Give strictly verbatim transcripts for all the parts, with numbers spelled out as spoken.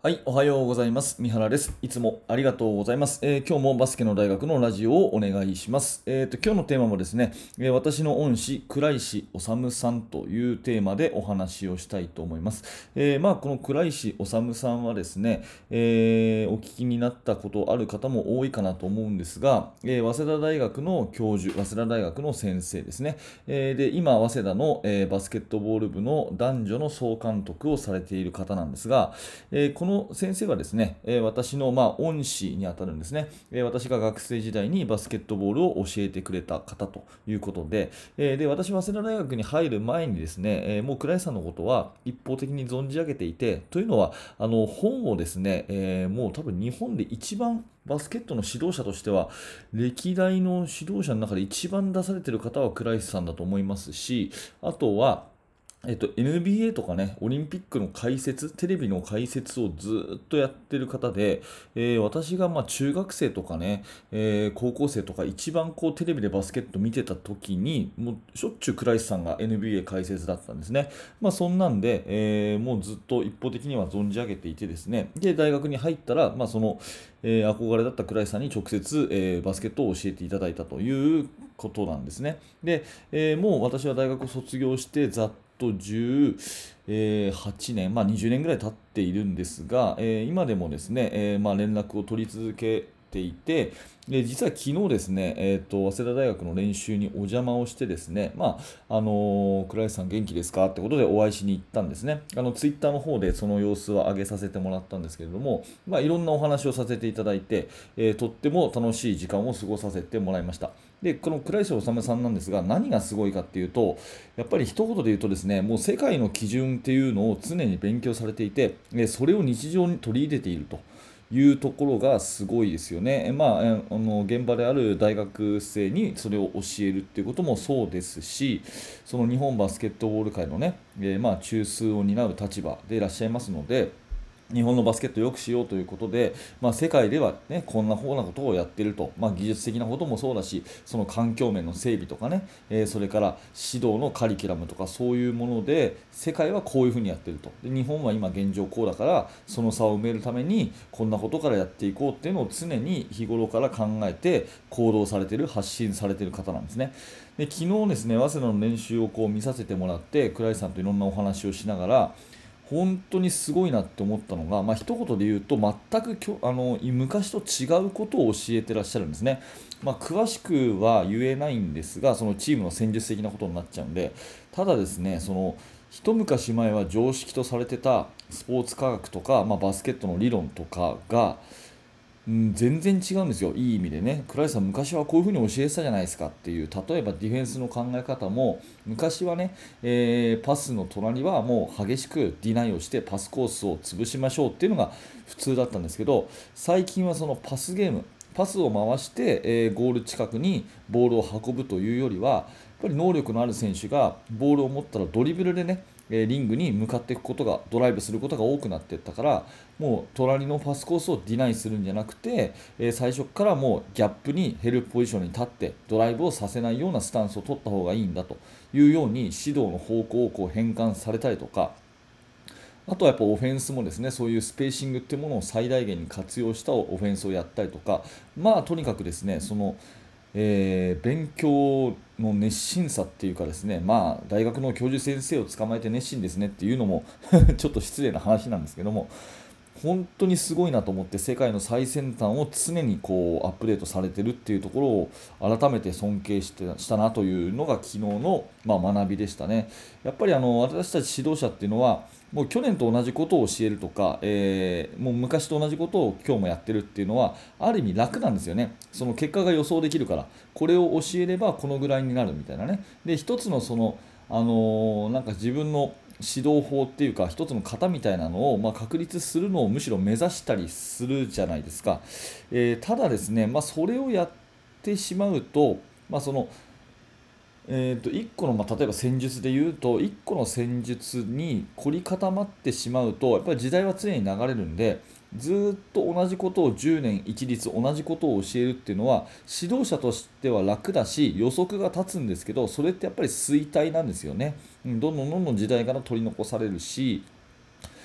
はい、おはようございます。三原です。いつもありがとうございます。えー今日もバスケの大学のラジオをお願いします。えーと、今日のテーマもですね、えー私の恩師、倉石修さんというテーマでお話をしたいと思います。えーまあ、この倉石修さんはですね、えーお聞きになったことある方も多いかなと思うんですが、えー早稲田大学の教授、早稲田大学の先生ですね。えーで、今、早稲田の、えーバスケットボール部の男女の総監督をされている方なんですが、えーこの先生はですね、えー私のまあ恩師にあたるんですね、えー私が学生時代にバスケットボールを教えてくれた方ということで、えーで私は早稲田大学に入る前にですね、えーもう倉石さんのことは一方的に存じ上げていて、というのは、あの本をですね、えーもう多分日本で一番バスケットの指導者としては、歴代の指導者の中で一番出されている方は倉石さんだと思いますし、あとは、えっと、エヌビーエー とかね、オリンピックの解説、テレビの解説をずっとやってる方で、えー私がまあ中学生とかね、えー高校生とか一番こうテレビでバスケット見てた時に、もうしょっちゅう倉石さんが エヌビーエー 解説だったんですね。まあそんなんで、えーもうずっと一方的には存じ上げていてですね、で、大学に入ったら、まあその、えー憧れだった倉石さんに直接、えーバスケットを教えていただいたということなんですね。で、えーもう私は大学を卒業してざっとじゅうはちねん、まあ、にじゅうねんぐらい経っているんですが、えー今でもですね、えーまあ、連絡を取り続けていて、で実は昨日ですね、えーと、早稲田大学の練習にお邪魔をしてですね、まあ、あのー倉石さん元気ですかってことでお会いしに行ったんですね。あのツイッターの方でその様子を上げさせてもらったんですけれども、まあ、いろんなお話をさせていただいて、えーとっても楽しい時間を過ごさせてもらいました。で、この倉石修さんなんですが、何がすごいかっていうと、やっぱり一言で言うとですね、もう世界の基準っていうのを常に勉強されていて、えそれを日常に取り入れているというところがすごいですよね。えまあ、えあの現場である大学生にそれを教えるっていうこともそうですし、その日本バスケットボール界のね、えーまあ、中枢を担う立場でいらっしゃいますので、日本のバスケットを良くしようということで、まあ、世界では、ね、こんなふうなことをやっていると、まあ、技術的なこともそうだし、その環境面の整備とかね、えーそれから指導のカリキュラムとかそういうもので、世界はこういうふうにやっていると。で、日本は今現状こうだから、その差を埋めるために、こんなことからやっていこうっていうのを常に日頃から考えて行動されている、発信されている方なんですね。で、昨日ですね、早稲田の練習をこう見させてもらって、倉石さんといろんなお話をしながら、本当にすごいなって思ったのが、まあ一言で言うと、全くきょあの昔と違うことを教えてらっしゃるんですね。まあ、詳しくは言えないんですが、そのチームの戦術的なことになっちゃうんで、ただですね、その一昔前は常識とされてたスポーツ科学とか、まあ、バスケットの理論とかが、うん、全然違うんですよ、いい意味でね。倉石さん、昔はこういうふうに教えてたじゃないですかっていう、例えばディフェンスの考え方も、昔はね、えーパスの隣はもう激しくディナイをしてパスコースを潰しましょうっていうのが普通だったんですけど、最近はそのパスゲーム、パスを回して、えーゴール近くにボールを運ぶというよりは、やっぱり能力のある選手がボールを持ったらドリブルでね、えーリングに向かっていくことが、ドライブすることが多くなっていったから、もう隣のパスコースをディナイするんじゃなくて、えー最初からもうギャップにヘルプポジションに立ってドライブをさせないようなスタンスを取った方がいいんだというように指導の方向をこう変換されたりとか、あとはやっぱオフェンスもですね、そういうスペーシングっていうものを最大限に活用したオフェンスをやったりとか、まあとにかくですね、そのえー勉強の熱心さっていうかですね、まあ、大学の教授先生を捕まえて熱心ですねっていうのもちょっと失礼な話なんですけども、本当にすごいなと思って、世界の最先端を常にこうアップデートされてるっていうところを改めて尊敬してしたなというのが昨日の、まあ、学びでしたね。やっぱりあの私たち指導者っていうのは、もう去年と同じことを教えるとか、えーもう昔と同じことを今日もやってるっていうのはある意味楽なんですよね。その結果が予想できるから、これを教えればこのぐらいになるみたいなね。で、一つのそのあのーなんか自分の指導法っていうか一つの型みたいなのを、まあ、確立するのをむしろ目指したりするじゃないですか。えーただですね、まあ、それをやってしまうと、まあ、そのえーと、いっこの、まあ、例えば戦術で言うと、いっこの戦術に凝り固まってしまうと、やっぱり時代は常に流れるんで、ずーっと同じことをじゅうねん一律同じことを教えるっていうのは、指導者としては楽だし、予測が立つんですけど、それってやっぱり衰退なんですよね。うん、どんどんどんどん時代から取り残されるし、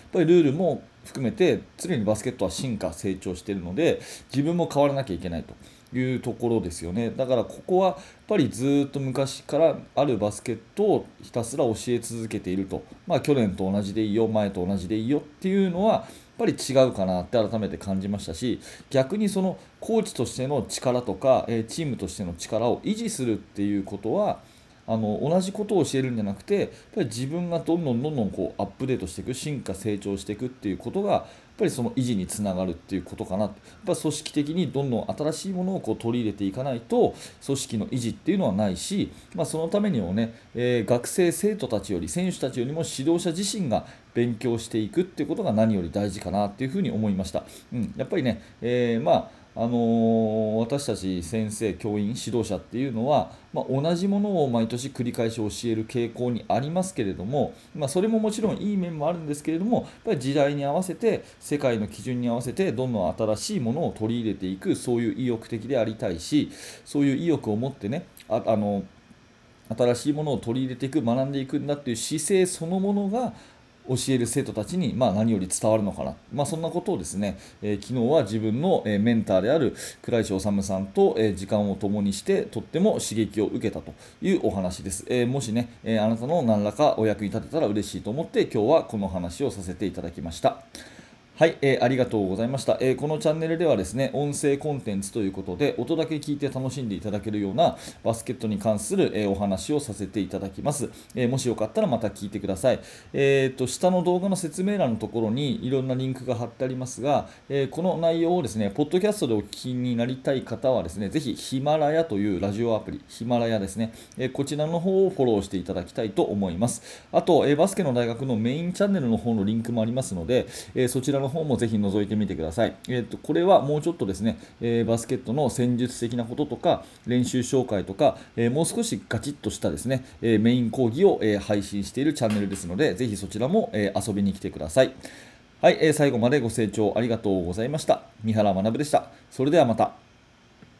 ぱりルールも含めて常にバスケットは進化成長しているので、自分も変わらなきゃいけないというところですよね。だからここはやっぱりずっと昔からあるバスケットをひたすら教え続けていると、まあ、去年と同じでいいよ、前と同じでいいよっていうのはやっぱり違うかなって改めて感じましたし、逆にそのコーチとしての力とか、えーチームとしての力を維持するっていうことは、あの同じことを教えるんじゃなくて、やっぱり自分がどんどんどんどんこうアップデートしていく、進化成長していくっていうことがやっぱりその維持につながるっていうことかな。やっぱ組織的にどんどん新しいものをこう取り入れていかないと組織の維持っていうのはないし、まあ、そのためにもね、えー学生生徒たちより選手たちよりも指導者自身が勉強していくっていうことが何より大事かなっていうふうに思いました。うん、やっぱりね、えーまああのー私たち先生、教員、指導者っていうのは、まあ、同じものを毎年繰り返し教える傾向にありますけれども、まあ、それももちろんいい面もあるんですけれども、やっぱり時代に合わせて、世界の基準に合わせて、どんどん新しいものを取り入れていく、そういう意欲的でありたいし、そういう意欲を持ってね、ああの新しいものを取り入れていく、学んでいくんだっていう姿勢そのものが教える生徒たちに、まあ、何より伝わるのかな、まあ、そんなことをですね、えー昨日は自分の、えーメンターである倉石修さんと、えー時間を共にしてとっても刺激を受けたというお話です。えーもしね、えーあなたの何らかお役に立てたら嬉しいと思って今日はこの話をさせていただきました。はい、えーありがとうございました、えーこのチャンネルではですね、音声コンテンツということで、音だけ聞いて楽しんでいただけるようなバスケットに関する、えーお話をさせていただきます。えーもしよかったらまた聞いてください。えーと、下の動画の説明欄のところにいろんなリンクが貼ってありますが、えーこの内容をですね、ポッドキャストでお聞きになりたい方はですね、ぜひヒマラヤというラジオアプリ、ヒマラヤですね、えーこちらの方をフォローしていただきたいと思います。あと、えーバスケの大学のメインチャンネルの方のリンクもありますので、えーそちらの方もぜひ覗いてみてください。えーと、これはもうちょっとですね、えーバスケットの戦術的なこととか、練習紹介とか、えーもう少しガチッとしたですね、えーメイン講義を、えー配信しているチャンネルですので、ぜひそちらも、えー遊びに来てください。はい、えー最後までご清聴ありがとうございました。三原学でした。それではまた。